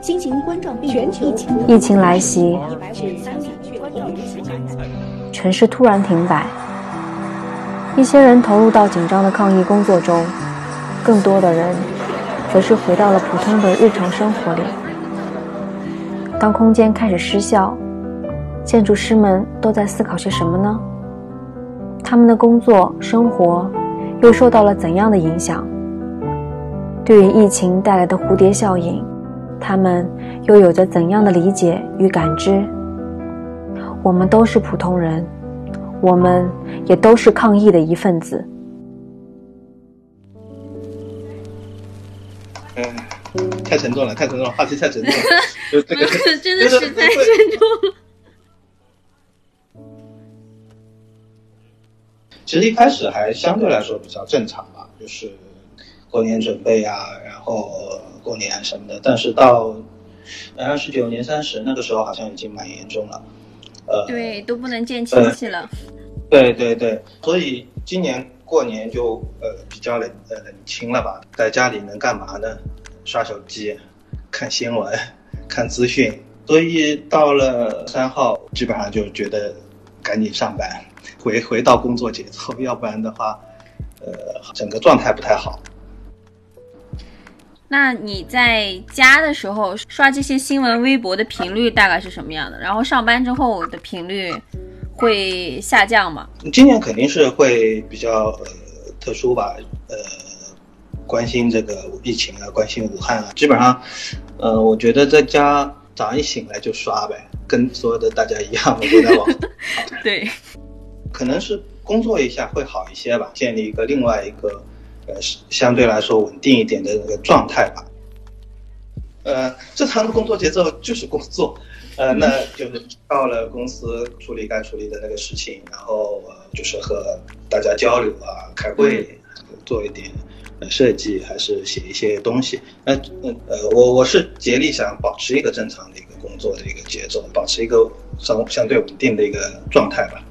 新型冠状病毒疫情来袭，城市突然停摆，一些人投入到紧张的抗疫工作中，更多的人则是回到了普通的日常生活里。当空间开始失效，建筑师们都在思考些什么呢？他们的工作生活又受到了怎样的影响？对于疫情带来的蝴蝶效应，他们又有着怎样的理解与感知？我们都是普通人，我们也都是抗疫的一份子。 太沉重了，话题太沉重了，就这个真的是太沉重了。 其实一开始还相对来说比较正常吧，就是过年准备啊，然后过年什么的。但是到29年30那个时候好像已经蛮严重了， 对，都不能见亲戚了。 对，所以今年过年就比较冷清了吧，在家里能干嘛呢？刷手机、看新闻、看资讯。所以到了3号，基本上就觉得赶紧上班，回到工作节奏，要不然的话，整个状态不太好。 那你在家的时候刷这些新闻微博的频率大概是什么样的？然后上班之后的频率会下降吗？ 今年肯定是会比较特殊吧，关心这个疫情啊，关心武汉啊，基本上，我觉得在家早上一醒来就刷呗，跟所有的大家一样，我都在网上。 对，可能是工作一下会好一些吧，建立另外一个相对来说稳定一点的那个状态吧。正常的工作节奏就是工作，那就是到了公司处理该处理的那个事情，然后就是和大家交流啊，开会，做一点设计，还是写一些东西。我是竭力想保持一个正常的一个工作的一个节奏，保持一个相对稳定的一个状态吧。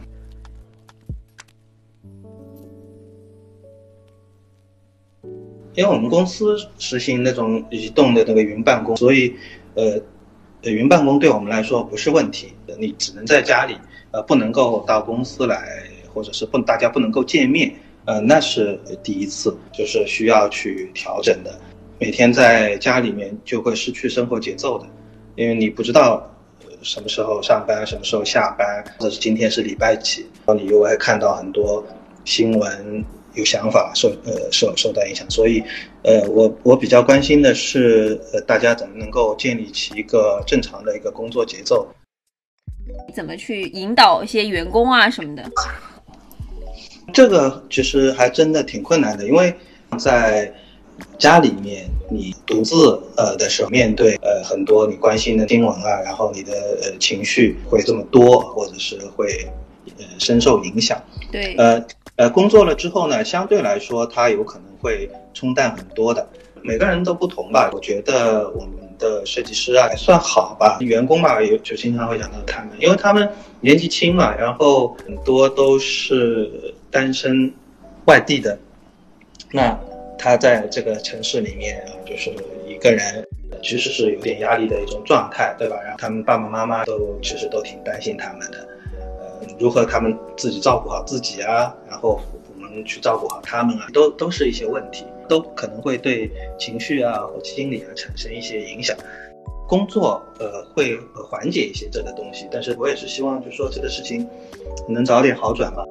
因为我们公司实行那种移动的那个云办公，所以云办公对我们来说不是问题，你只能在家里，不能够到公司来，或者是大家不能够见面，那是第一次，就是需要去调整的。每天在家里面就会失去生活节奏的，因为你不知道什么时候上班，什么时候下班，或者是今天是礼拜几，然后你又会看到很多新闻。有想法受到影响，所以我比较关心的是大家怎么能够建立起一个正常的一个工作节奏， 怎么去引导一些员工啊什么的。 这个其实还真的挺困难的，因为在家里面你独自的时候，面对很多你关心的新闻啊，然后你的情绪会这么多，或者是会深受影响。 对， 工作了之后呢，相对来说它有可能会冲淡很多的。每个人都不同吧，我觉得我们的设计师啊还算好吧，员工吧就经常会讲到他们，因为他们年纪轻嘛，然后很多都是单身外地的，那他在这个城市里面就是一个人，其实是有点压力的一种状态，对吧？然后他们爸爸妈妈其实都挺担心他们的。如何他们自己照顾好自己啊，然后我们去照顾好他们啊，都是一些问题，都可能会对情绪啊或心理啊产生一些影响。工作会缓解一些这个东西，但是我也是希望就是说这个事情能早点好转吧。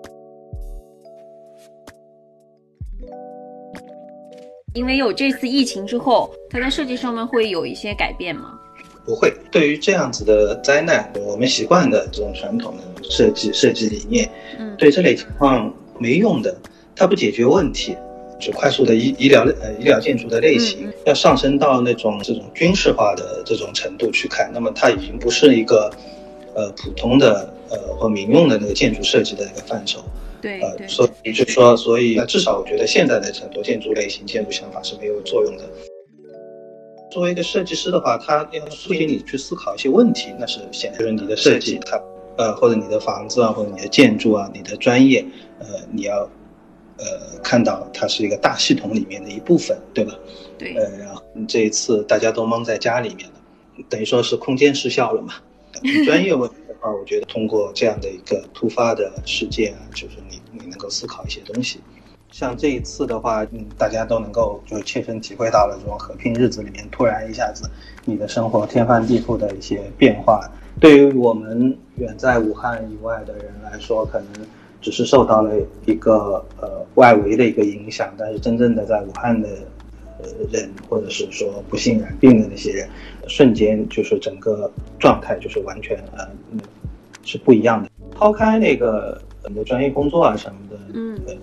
因为有这次疫情之后，它在设计上面会有一些改变吗？ 不会，对于这样子的灾难，我们习惯的这种传统的设计理念，对这类情况没用的，它不解决问题，就快速的医疗建筑的类型，要上升到这种军事化的这种程度去看，那么它已经不是一个普通的或民用的那个建筑设计的那个范畴。 对， 所以就说，所以至少我觉得现在的很多建筑类型、建筑想法是没有作用的。作为一个设计师的话，他要促进你去思考一些问题，那是显然就是你的设计，它或者你的房子啊，或者你的建筑啊，你的专业，你要看到它是一个大系统里面的一部分，对吧？ 对。 然后这一次大家都蒙在家里面了，等于说是空间失效了嘛。专业问题的话，我觉得通过这样的一个突发的事件啊，就是你能够思考一些东西。像这一次的话，大家都能够就切身体会到了这种和平日子里面突然一下子你的生活天翻地覆的一些变化。对于我们远在武汉以外的人来说，可能只是受到了一个外围的一个影响，但是真正的在武汉的人，或者是说不幸染病的那些人，瞬间就是整个状态就是完全是不一样的。抛开那个很多专业工作啊什么的，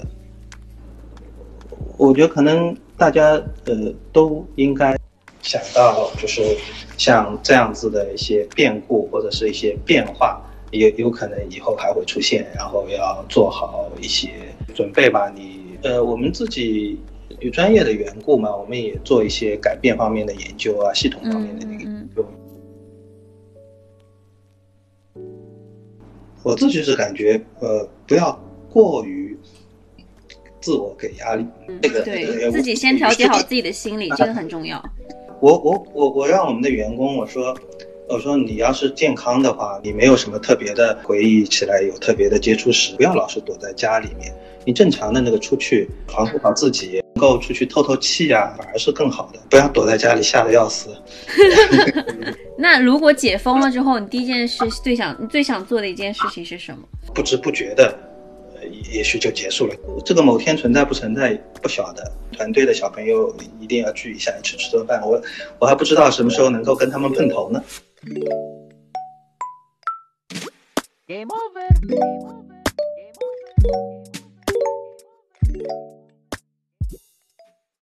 我觉得可能大家都应该想到，就是像这样子的一些变故或者是一些变化，也有可能以后还会出现，然后要做好一些准备吧。我们自己有专业的缘故嘛，我们也做一些改变方面的研究啊，系统方面的那个研究。我自己是感觉不要过于自我给压力， 对，自己先调节好自己的心理，这个很重要。 我让我们的员工我说你要是健康的话，你没有什么特别的回忆起来有特别的接触史，不要老是躲在家里面，你正常的那个出去防护好自己，能够出去透透气啊，反而是更好的，不要躲在家里吓得要死。 那如果解封了之后，你第一件事你最想做的一件事情是什么？ 不知不觉的也许就结束了。这个某天存在不存在不晓得，团队的小朋友一定要聚一下，一起吃顿饭，我还不知道什么时候能够跟他们碰头呢。 Game over. Game over. Game over.